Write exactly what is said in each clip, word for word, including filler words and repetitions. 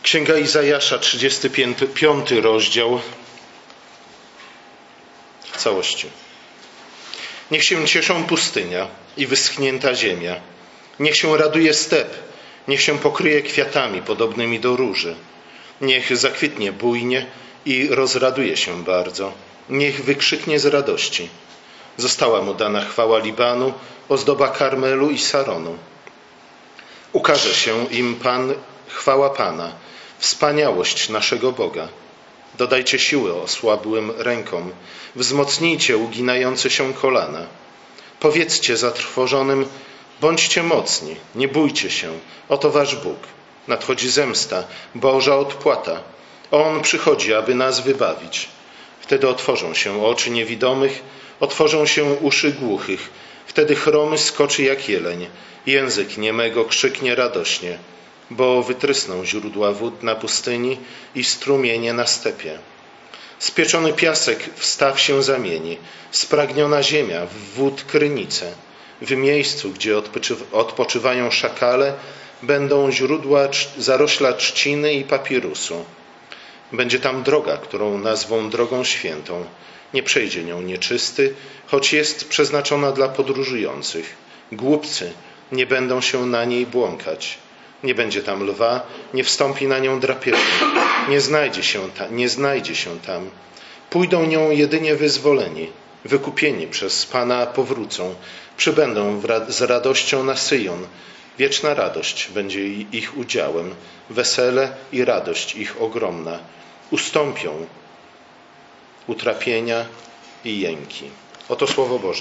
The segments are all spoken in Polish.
Księga Izajasza, trzydziesty piąty rozdział w całości. Niech się cieszą pustynia i wyschnięta ziemia. Niech się raduje step, niech się pokryje kwiatami podobnymi do róży. Niech zakwitnie bujnie i rozraduje się bardzo. Niech wykrzyknie z radości. Została mu dana chwała Libanu, ozdoba Karmelu i Saronu. Ukaże się im Pan, chwała Pana, wspaniałość naszego Boga. Dodajcie siły osłabłym rękom, wzmocnijcie uginające się kolana. Powiedzcie zatrwożonym, bądźcie mocni, nie bójcie się, oto wasz Bóg. Nadchodzi zemsta, Boża odpłata. On przychodzi, aby nas wybawić. Wtedy otworzą się oczy niewidomych, otworzą się uszy głuchych. Wtedy chromy skoczy jak jeleń, język niemego krzyknie radośnie, bo wytrysną źródła wód na pustyni i strumienie na stepie. Spieczony piasek w staw się zamieni, spragniona ziemia w wód krynice. W miejscu, gdzie odpoczywają szakale, będą źródła zarośla trzciny i papirusu. Będzie tam droga, którą nazwą drogą świętą. Nie przejdzie nią nieczysty, choć jest przeznaczona dla podróżujących. Głupcy nie będą się na niej błąkać. Nie będzie tam lwa, nie wstąpi na nią drapieżnik, nie znajdzie się ta, nie znajdzie się tam. Pójdą nią jedynie wyzwoleni, wykupieni przez Pana powrócą, przybędą z radością na Syjon. Wieczna radość będzie ich udziałem, wesele i radość ich ogromna. Ustąpią utrapienia i jęki. Oto Słowo Boże.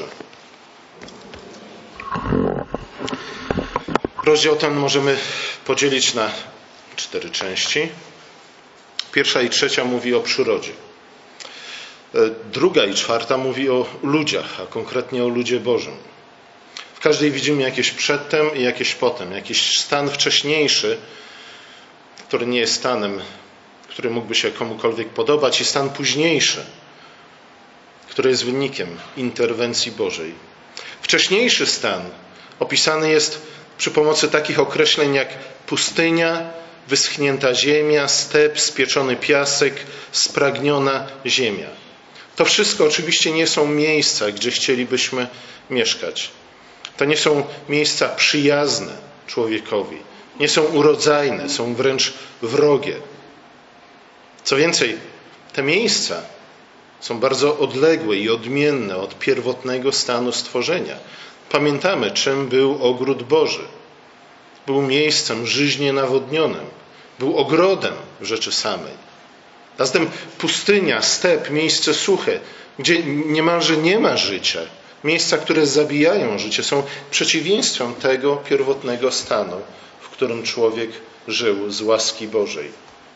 Rozdział ten możemy podzielić na cztery części. Pierwsza i trzecia mówi o przyrodzie. Druga i czwarta mówi o ludziach, a konkretnie o ludzie Bożym. W każdej widzimy jakieś przedtem i jakieś potem. Jakiś stan wcześniejszy, który nie jest stanem, który mógłby się komukolwiek podobać, i stan późniejszy, który jest wynikiem interwencji Bożej. Wcześniejszy stan opisany jest przy pomocy takich określeń jak pustynia, wyschnięta ziemia, step, spieczony piasek, spragniona ziemia. To wszystko oczywiście nie są miejsca, gdzie chcielibyśmy mieszkać. To nie są miejsca przyjazne człowiekowi. Nie są urodzajne, są wręcz wrogie. Co więcej, te miejsca są bardzo odległe i odmienne od pierwotnego stanu stworzenia. Pamiętamy, czym był ogród Boży. Był miejscem żyźnie nawodnionym. Był ogrodem w rzeczy samej. Zatem pustynia, step, miejsce suche, gdzie niemalże nie ma życia, miejsca, które zabijają życie, są przeciwieństwem tego pierwotnego stanu, w którym człowiek żył z łaski Bożej.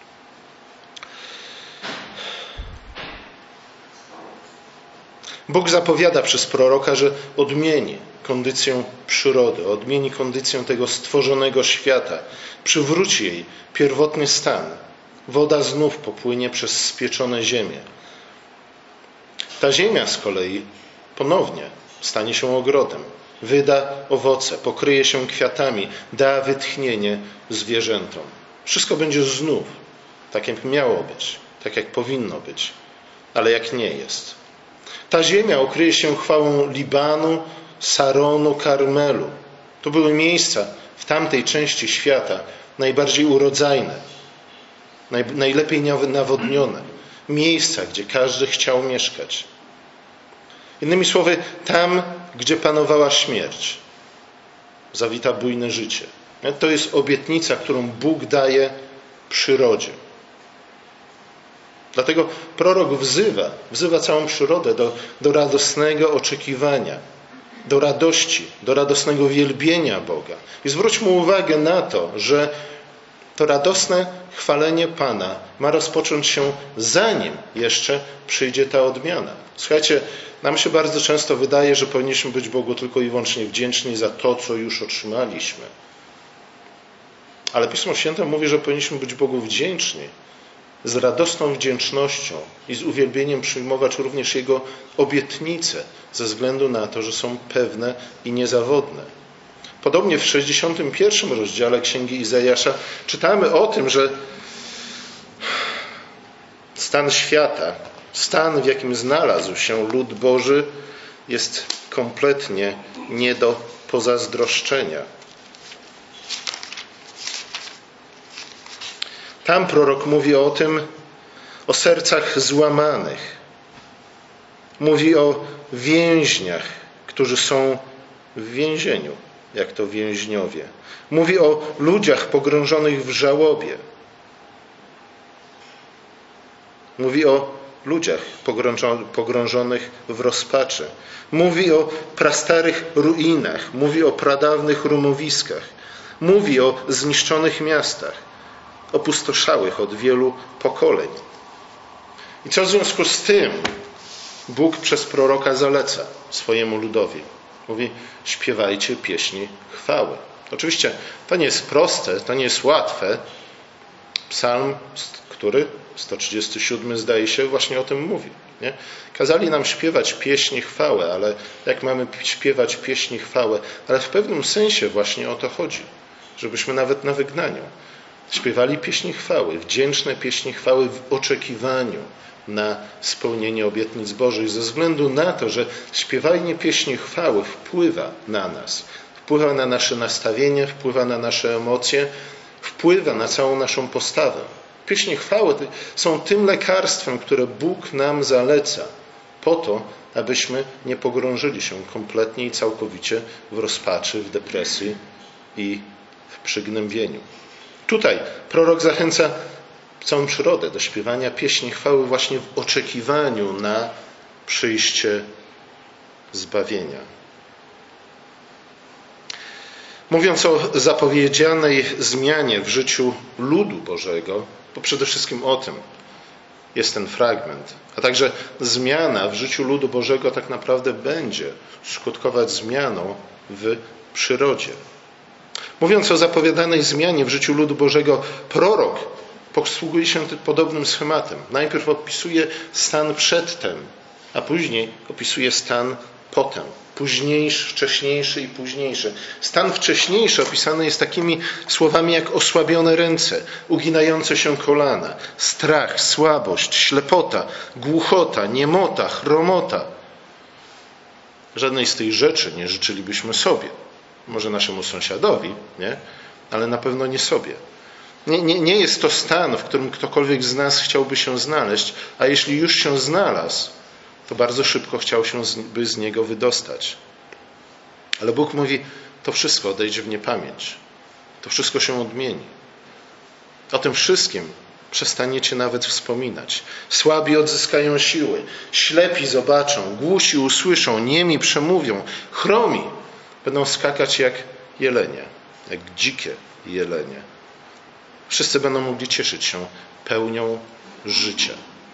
Bóg zapowiada przez proroka, że odmieni kondycję przyrody, odmieni kondycję tego stworzonego świata, przywróci jej pierwotny stan. Woda znów popłynie przez spieczone ziemię. Ta ziemia z kolei ponownie stanie się ogrodem, wyda owoce, pokryje się kwiatami, da wytchnienie zwierzętom. Wszystko będzie znów tak, jak miało być, tak, jak powinno być, ale jak nie jest. Ta ziemia okryje się chwałą Libanu, Saronu, Karmelu. To były miejsca w tamtej części świata najbardziej urodzajne, naj, najlepiej nawodnione. Miejsca, gdzie każdy chciał mieszkać. Innymi słowy, tam, gdzie panowała śmierć, zawita bujne życie. To jest obietnica, którą Bóg daje przyrodzie. Dlatego prorok wzywa, wzywa całą przyrodę do, do radosnego oczekiwania, do radości, do radosnego wielbienia Boga. I zwróćmy uwagę na to, że to radosne chwalenie Pana ma rozpocząć się, zanim jeszcze przyjdzie ta odmiana. Słuchajcie, nam się bardzo często wydaje, że powinniśmy być Bogu tylko i wyłącznie wdzięczni za to, co już otrzymaliśmy. Ale Pismo Święte mówi, że powinniśmy być Bogu wdzięczni, z radosną wdzięcznością i z uwielbieniem przyjmować również Jego obietnice, ze względu na to, że są pewne i niezawodne. Podobnie w sześćdziesiątym pierwszym rozdziale Księgi Izajasza czytamy o tym, że Stan świata, stan, w jakim znalazł się lud Boży, jest kompletnie nie do pozazdroszczenia. Tam prorok mówi o tym, o sercach złamanych. Mówi o więźniach, którzy są w więzieniu, jak to więźniowie. Mówi o ludziach pogrążonych w żałobie. Mówi o ludziach pogrążonych w rozpaczy. Mówi o prastarych ruinach. Mówi o pradawnych rumowiskach. Mówi o zniszczonych miastach, opustoszałych od wielu pokoleń. I co w związku z tym Bóg przez proroka zaleca swojemu ludowi? Mówi, śpiewajcie pieśni chwały. Oczywiście to nie jest proste, to nie jest łatwe. Psalm, który? sto trzydziesty siódmy zdaje się, właśnie o tym mówi. Nie? Kazali nam śpiewać pieśni chwały, ale jak mamy śpiewać pieśni chwały? Ale w pewnym sensie właśnie o to chodzi. Żebyśmy nawet na wygnaniu śpiewali pieśni chwały, wdzięczne pieśni chwały w oczekiwaniu na spełnienie obietnic Bożych, ze względu na to, że śpiewanie pieśni chwały wpływa na nas, wpływa na nasze nastawienie, wpływa na nasze emocje, wpływa na całą naszą postawę. Pieśni chwały są tym lekarstwem, które Bóg nam zaleca, po to, abyśmy nie pogrążyli się kompletnie i całkowicie w rozpaczy, w depresji i w przygnębieniu. Tutaj prorok zachęca całą przyrodę do śpiewania pieśni chwały właśnie w oczekiwaniu na przyjście zbawienia. Mówiąc o zapowiedzianej zmianie w życiu ludu Bożego, bo przede wszystkim o tym jest ten fragment, a także zmiana w życiu ludu Bożego tak naprawdę będzie skutkować zmianą w przyrodzie. Mówiąc o zapowiadanej zmianie w życiu ludu Bożego, prorok posługuje się podobnym schematem. Najpierw opisuje stan przedtem, a później opisuje stan potem. Późniejszy, wcześniejszy i późniejszy. Stan wcześniejszy opisany jest takimi słowami jak osłabione ręce, uginające się kolana, strach, słabość, ślepota, głuchota, niemota, chromota. Żadnej z tych rzeczy nie życzylibyśmy sobie. Może naszemu sąsiadowi, nie? Ale na pewno nie sobie. Nie, nie, nie jest to stan, w którym ktokolwiek z nas chciałby się znaleźć, a jeśli już się znalazł, to bardzo szybko chciał się z, by z niego wydostać. Ale Bóg mówi, to wszystko odejdzie w niepamięć. To wszystko się odmieni. O tym wszystkim przestaniecie nawet wspominać. Słabi odzyskają siły, ślepi zobaczą, głusi usłyszą, niemi przemówią, chromi będą skakać jak jelenie, jak dzikie jelenie. Wszyscy będą mogli cieszyć się pełnią życia.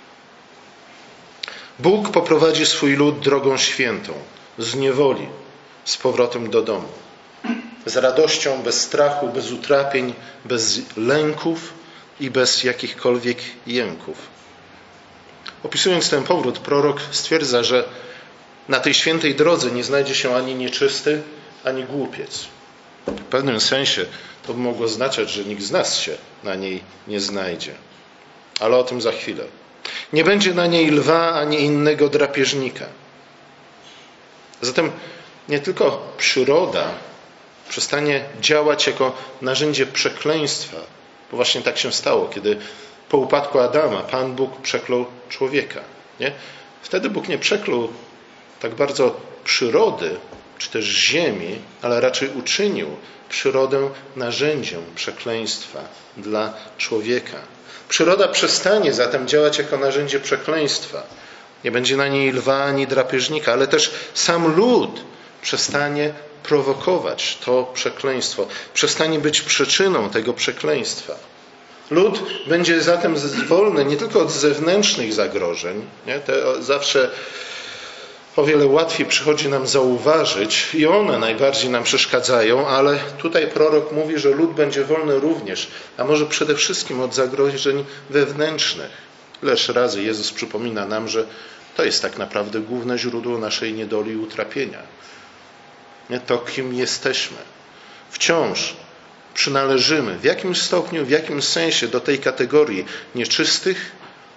Bóg poprowadzi swój lud drogą świętą, z niewoli, z powrotem do domu. Z radością, bez strachu, bez utrapień, bez lęków i bez jakichkolwiek jęków. Opisując ten powrót, prorok stwierdza, że na tej świętej drodze nie znajdzie się ani nieczysty, ani głupiec. W pewnym sensie to by mogło oznaczać, że nikt z nas się na niej nie znajdzie. Ale o tym za chwilę. Nie będzie na niej lwa ani innego drapieżnika. Zatem nie tylko przyroda przestanie działać jako narzędzie przekleństwa, bo właśnie tak się stało, kiedy po upadku Adama Pan Bóg przeklął człowieka. Nie? Wtedy Bóg nie przeklął tak bardzo przyrody, czy też ziemi, ale raczej uczynił przyrodę narzędziem przekleństwa dla człowieka. Przyroda przestanie zatem działać jako narzędzie przekleństwa. Nie będzie na niej lwa ani drapieżnika, ale też sam lud przestanie prowokować to przekleństwo. Przestanie być przyczyną tego przekleństwa. Lud będzie zatem wolny nie tylko od zewnętrznych zagrożeń. Nie? Te zawsze o wiele łatwiej przychodzi nam zauważyć i one najbardziej nam przeszkadzają, ale tutaj prorok mówi, że lud będzie wolny również, a może przede wszystkim od zagrożeń wewnętrznych. Ileż razy Jezus przypomina nam, że to jest tak naprawdę główne źródło naszej niedoli i utrapienia. Nie to, kim jesteśmy. Wciąż przynależymy w jakimś stopniu, w jakimś sensie do tej kategorii nieczystych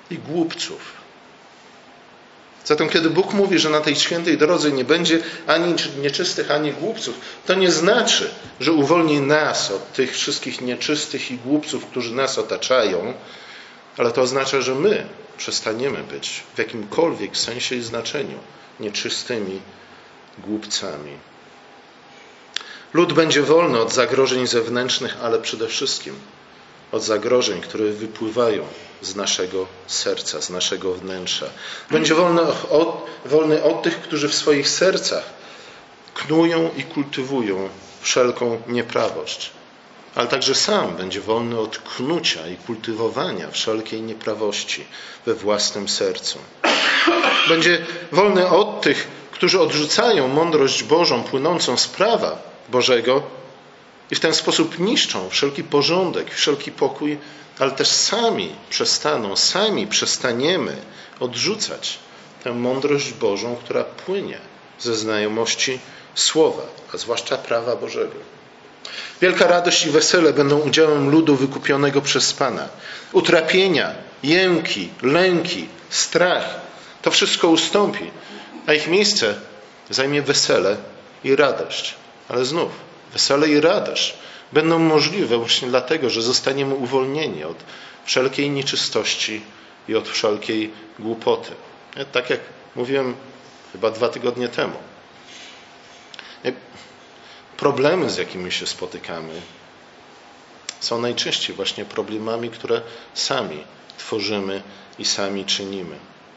i głupców. Zatem kiedy Bóg mówi, że na tej świętej drodze nie będzie ani nieczystych, ani głupców, to nie znaczy, że uwolni nas od tych wszystkich nieczystych i głupców, którzy nas otaczają, ale to oznacza, że my przestaniemy być w jakimkolwiek sensie i znaczeniu nieczystymi głupcami. Lud będzie wolny od zagrożeń zewnętrznych, ale przede wszystkim od zagrożeń, które wypływają z naszego serca, z naszego wnętrza. Będzie wolny od, wolny od tych, którzy w swoich sercach knują i kultywują wszelką nieprawość. Ale także sam będzie wolny od knucia i kultywowania wszelkiej nieprawości we własnym sercu. Będzie wolny od tych, którzy odrzucają mądrość Bożą płynącą z prawa Bożego i w ten sposób niszczą wszelki porządek, wszelki pokój, ale też sami przestaną, sami przestaniemy odrzucać tę mądrość Bożą, która płynie ze znajomości Słowa, a zwłaszcza prawa Bożego. Wielka radość i wesele będą udziałem ludu wykupionego przez Pana. Utrapienia, jęki, lęki, strach, to wszystko ustąpi, a ich miejsce zajmie wesele i radość. Ale znów, wesele i radość będą możliwe właśnie dlatego, że zostaniemy uwolnieni od wszelkiej nieczystości i od wszelkiej głupoty. Tak jak mówiłem chyba dwa tygodnie temu. Problemy, z jakimi się spotykamy, są najczęściej właśnie problemami, które sami tworzymy i sami czynimy.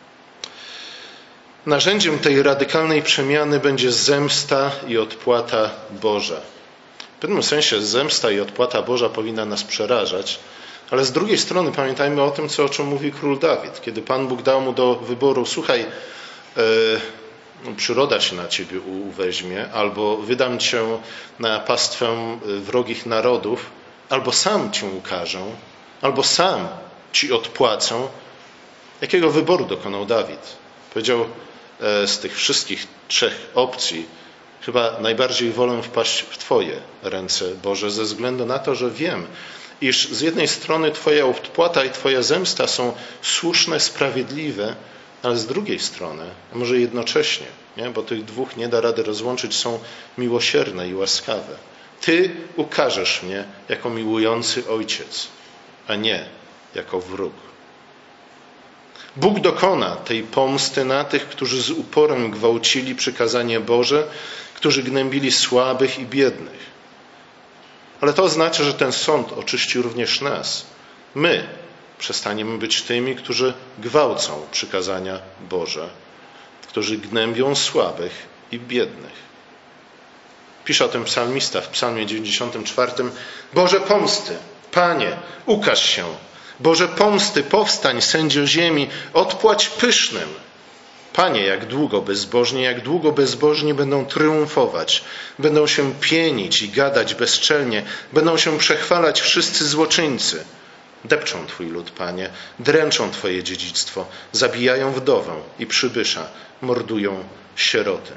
Narzędziem tej radykalnej przemiany będzie zemsta i odpłata Boża. W pewnym sensie zemsta i odpłata Boża powinna nas przerażać, ale z drugiej strony pamiętajmy o tym, co, o czym mówi król Dawid. Kiedy Pan Bóg dał mu do wyboru, słuchaj, yy, przyroda się na ciebie uweźmie, albo wydam cię na pastwę wrogich narodów, albo sam cię ukażę, albo sam ci odpłacę. Jakiego wyboru dokonał Dawid? Powiedział, z tych wszystkich trzech opcji chyba najbardziej wolę wpaść w Twoje ręce, Boże, ze względu na to, że wiem, iż z jednej strony Twoja odpłata i Twoja zemsta są słuszne, sprawiedliwe, ale z drugiej strony, a może jednocześnie, nie? Bo tych dwóch nie da rady rozłączyć, są miłosierne i łaskawe. Ty ukażesz mnie jako miłujący ojciec, a nie jako wróg. Bóg dokona tej pomsty na tych, którzy z uporem gwałcili przykazanie Boże, którzy gnębili słabych i biednych. Ale to oznacza, że ten sąd oczyści również nas. My przestaniemy być tymi, którzy gwałcą przykazania Boże, którzy gnębią słabych i biednych. Pisze o tym psalmista w psalmie dziewięćdziesiątym czwartym. Boże pomsty, Panie, ukaż się. Boże pomsty, powstań, sędzio ziemi, odpłać pysznym. Panie, jak długo bezbożni, jak długo bezbożni będą triumfować, będą się pienić i gadać bezczelnie, będą się przechwalać wszyscy złoczyńcy. Depczą Twój lud, Panie, dręczą Twoje dziedzictwo, zabijają wdowę i przybysza, mordują sieroty.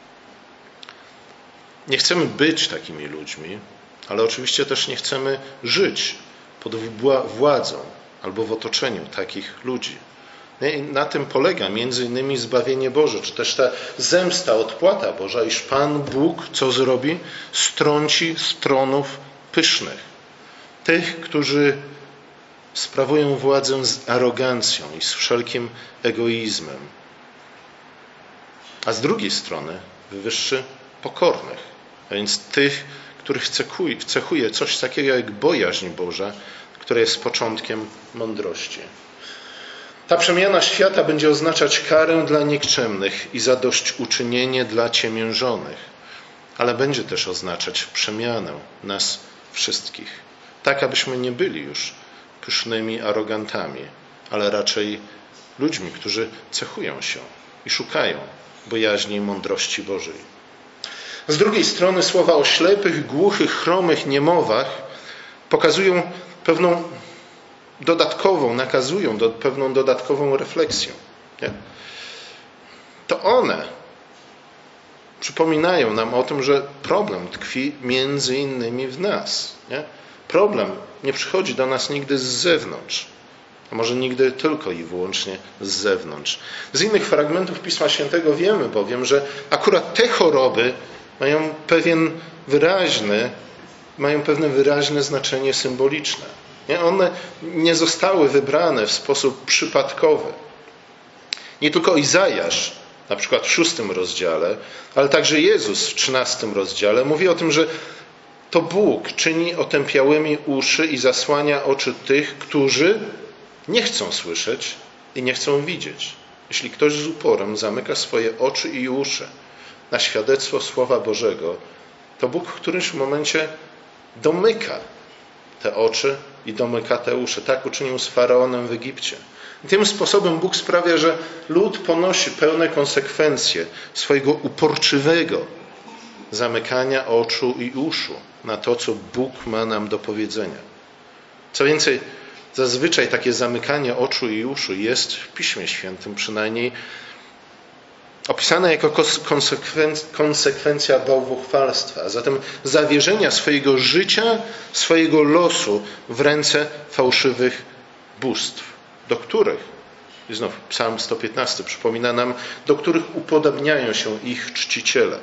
Nie chcemy być takimi ludźmi, ale oczywiście też nie chcemy żyć pod władzą albo w otoczeniu takich ludzi. I na tym polega między innymi zbawienie Boże, czy też ta zemsta, odpłata Boża, iż Pan Bóg co zrobi? Strąci z tronów pysznych. Tych, którzy sprawują władzę z arogancją i z wszelkim egoizmem. A z drugiej strony wywyższy pokornych, a więc tych, których cechuje coś takiego jak bojaźń Boża, która jest początkiem mądrości. Ta przemiana świata będzie oznaczać karę dla nikczemnych i zadośćuczynienie dla ciemiężonych, ale będzie też oznaczać przemianę nas wszystkich, tak abyśmy nie byli już pysznymi arogantami, ale raczej ludźmi, którzy cechują się i szukają bojaźni i mądrości Bożej. Z drugiej strony słowa o ślepych, głuchych, chromych niemowach pokazują pewną dodatkową, nakazują do, pewną dodatkową refleksję. Nie? To one przypominają nam o tym, że problem tkwi między innymi w nas. Nie? Problem nie przychodzi do nas nigdy z zewnątrz, a może nigdy tylko i wyłącznie z zewnątrz. Z innych fragmentów Pisma Świętego wiemy bowiem, że akurat te choroby mają pewien wyraźny, mają pewne wyraźne znaczenie symboliczne. Nie? One nie zostały wybrane w sposób przypadkowy. Nie tylko Izajasz, na przykład w szóstym rozdziale, ale także Jezus w trzynastym rozdziale mówi o tym, że to Bóg czyni otępiałymi uszy i zasłania oczy tych, którzy nie chcą słyszeć i nie chcą widzieć. Jeśli ktoś z uporem zamyka swoje oczy i uszy na świadectwo Słowa Bożego, to Bóg w którymś momencie domyka te oczy i domyka te uszy. Tak uczynił z Faraonem w Egipcie. I tym sposobem Bóg sprawia, że lud ponosi pełne konsekwencje swojego uporczywego zamykania oczu i uszu na to, co Bóg ma nam do powiedzenia. Co więcej, zazwyczaj takie zamykanie oczu i uszu jest w Piśmie Świętym przynajmniej opisane jako konsekwencja bałwochwalstwa, a zatem zawierzenia swojego życia, swojego losu w ręce fałszywych bóstw, do których, i znów Psalm sto piętnasty przypomina nam, do których upodabniają się ich czciciele.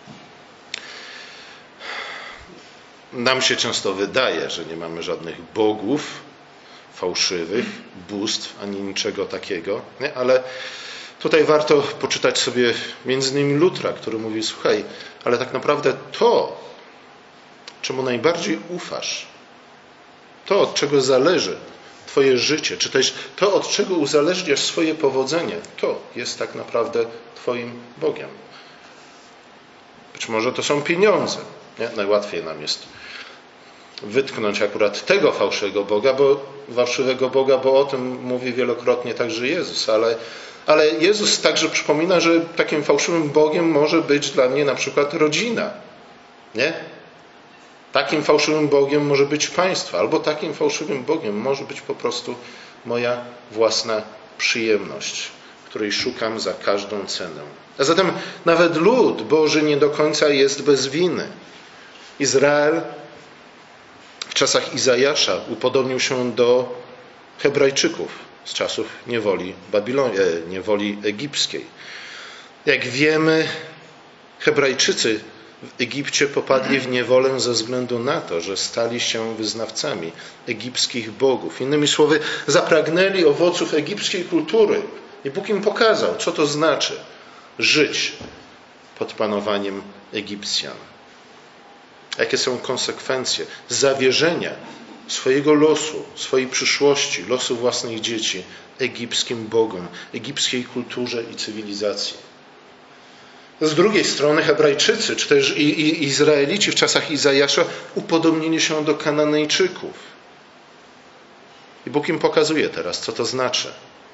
Nam się często wydaje, że nie mamy żadnych bogów fałszywych, bóstw, ani niczego takiego, nie? Ale tutaj warto poczytać sobie między innymi Lutra, który mówi, słuchaj, ale tak naprawdę to, czemu najbardziej ufasz, to, od czego zależy Twoje życie, czy też to, od czego uzależniasz swoje powodzenie, to jest tak naprawdę Twoim Bogiem. Być może to są pieniądze. Nie? Najłatwiej nam jest wytknąć akurat tego fałszywego Boga, bo fałszywego Boga, bo o tym mówi wielokrotnie także Jezus, ale, ale Jezus także przypomina, że takim fałszywym Bogiem może być dla mnie na przykład rodzina. Nie? Takim fałszywym Bogiem może być państwo, albo takim fałszywym Bogiem może być po prostu moja własna przyjemność, której szukam za każdą cenę. A zatem nawet lud Boży nie do końca jest bez winy. Izrael w czasach Izajasza upodobnił się do Hebrajczyków z czasów niewoli, Babilon... niewoli egipskiej. Jak wiemy, Hebrajczycy w Egipcie popadli w niewolę ze względu na to, że stali się wyznawcami egipskich bogów. Innymi słowy, zapragnęli owoców egipskiej kultury i Bóg im pokazał, co to znaczy żyć pod panowaniem Egipcjan. Jakie są konsekwencje zawierzenia swojego losu, swojej przyszłości, losu własnych dzieci egipskim bogom, egipskiej kulturze i cywilizacji. Z drugiej strony Hebrajczycy, czy też i, i Izraelici w czasach Izajasza upodobnili się do Kananejczyków. I Bóg im pokazuje teraz, co to znaczy.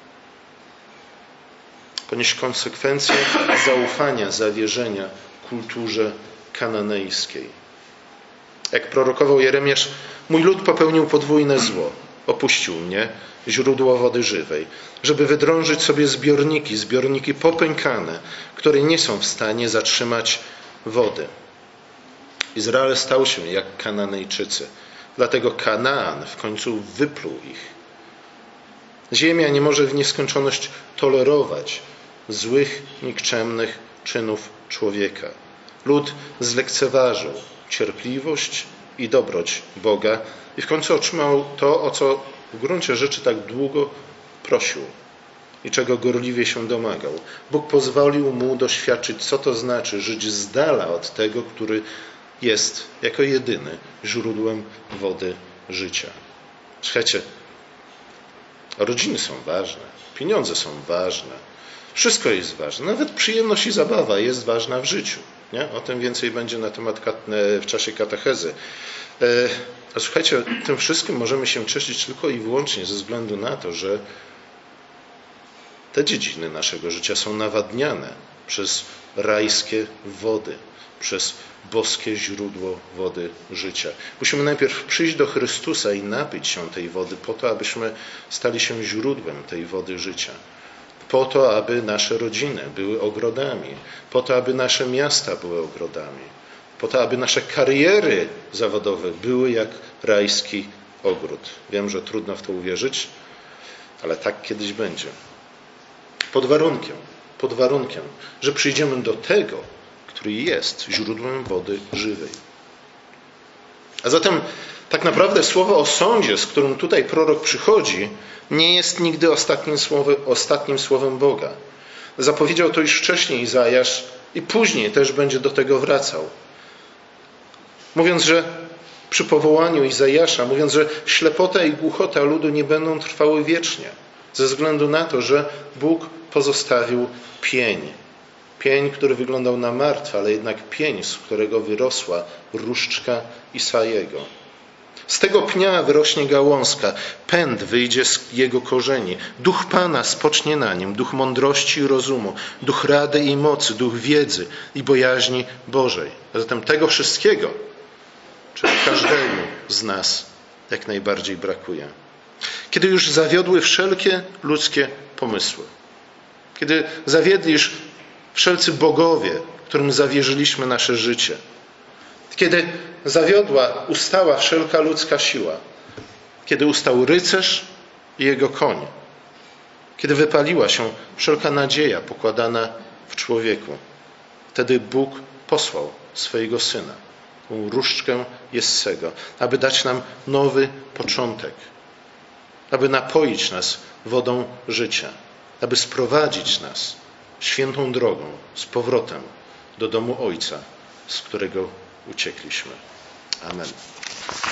Ponieść konsekwencje zaufania, zawierzenia kulturze kananejskiej. Jak prorokował Jeremiasz, mój lud popełnił podwójne zło. Opuścił mnie, źródło wody żywej, żeby wydrążyć sobie zbiorniki, zbiorniki popękane, które nie są w stanie zatrzymać wody. Izrael stał się jak Kananejczycy, dlatego Kanaan w końcu wypluł ich. Ziemia nie może w nieskończoność tolerować złych, nikczemnych czynów człowieka. Lud zlekceważył cierpliwość i dobroć Boga i w końcu otrzymał to, o co w gruncie rzeczy tak długo prosił i czego gorliwie się domagał. Bóg pozwolił mu doświadczyć, co to znaczy żyć z dala od tego, który jest jako jedyny źródłem wody życia. Słuchajcie, rodziny są ważne, pieniądze są ważne, wszystko jest ważne, nawet przyjemność i zabawa jest ważna w życiu. Nie? O tym więcej będzie na temat w czasie katechezy. A słuchajcie, tym wszystkim możemy się cieszyć tylko i wyłącznie ze względu na to, że te dziedziny naszego życia są nawadniane przez rajskie wody, przez boskie źródło wody życia. Musimy najpierw przyjść do Chrystusa i napić się tej wody po to, abyśmy stali się źródłem tej wody życia. Po to, aby nasze rodziny były ogrodami, po to, aby nasze miasta były ogrodami, po to, aby nasze kariery zawodowe były jak rajski ogród. Wiem, że trudno w to uwierzyć, Ale tak kiedyś będzie. Pod warunkiem, pod warunkiem, że przyjdziemy do tego, który jest źródłem wody żywej. A zatem tak naprawdę słowo o sądzie, z którym tutaj prorok przychodzi, nie jest nigdy ostatnim słowem, ostatnim słowem Boga. Zapowiedział to już wcześniej Izajasz i później też będzie do tego wracał. Mówiąc, że przy powołaniu Izajasza, mówiąc, że ślepota i głuchota ludu nie będą trwały wiecznie, ze względu na to, że Bóg pozostawił pień. Pień, który wyglądał na martwy, ale jednak pień, z którego wyrosła różdżka Isajego. Z tego pnia wyrośnie gałązka, pęd wyjdzie z jego korzeni. Duch Pana spocznie na nim, duch mądrości i rozumu, duch rady i mocy, duch wiedzy i bojaźni Bożej. A zatem tego wszystkiego, czyli każdemu z nas jak najbardziej brakuje. Kiedy już zawiodły wszelkie ludzkie pomysły, kiedy zawiedli już wszelcy bogowie, którym zawierzyliśmy nasze życie, kiedy zawiodła, ustała wszelka ludzka siła, kiedy ustał rycerz i jego koń, kiedy wypaliła się wszelka nadzieja pokładana w człowieku, wtedy Bóg posłał swojego Syna, tą różdżkę Jessego, aby dać nam nowy początek, aby napoić nas wodą życia, aby sprowadzić nas świętą drogą z powrotem do domu Ojca, z którego uciekliśmy. Amen.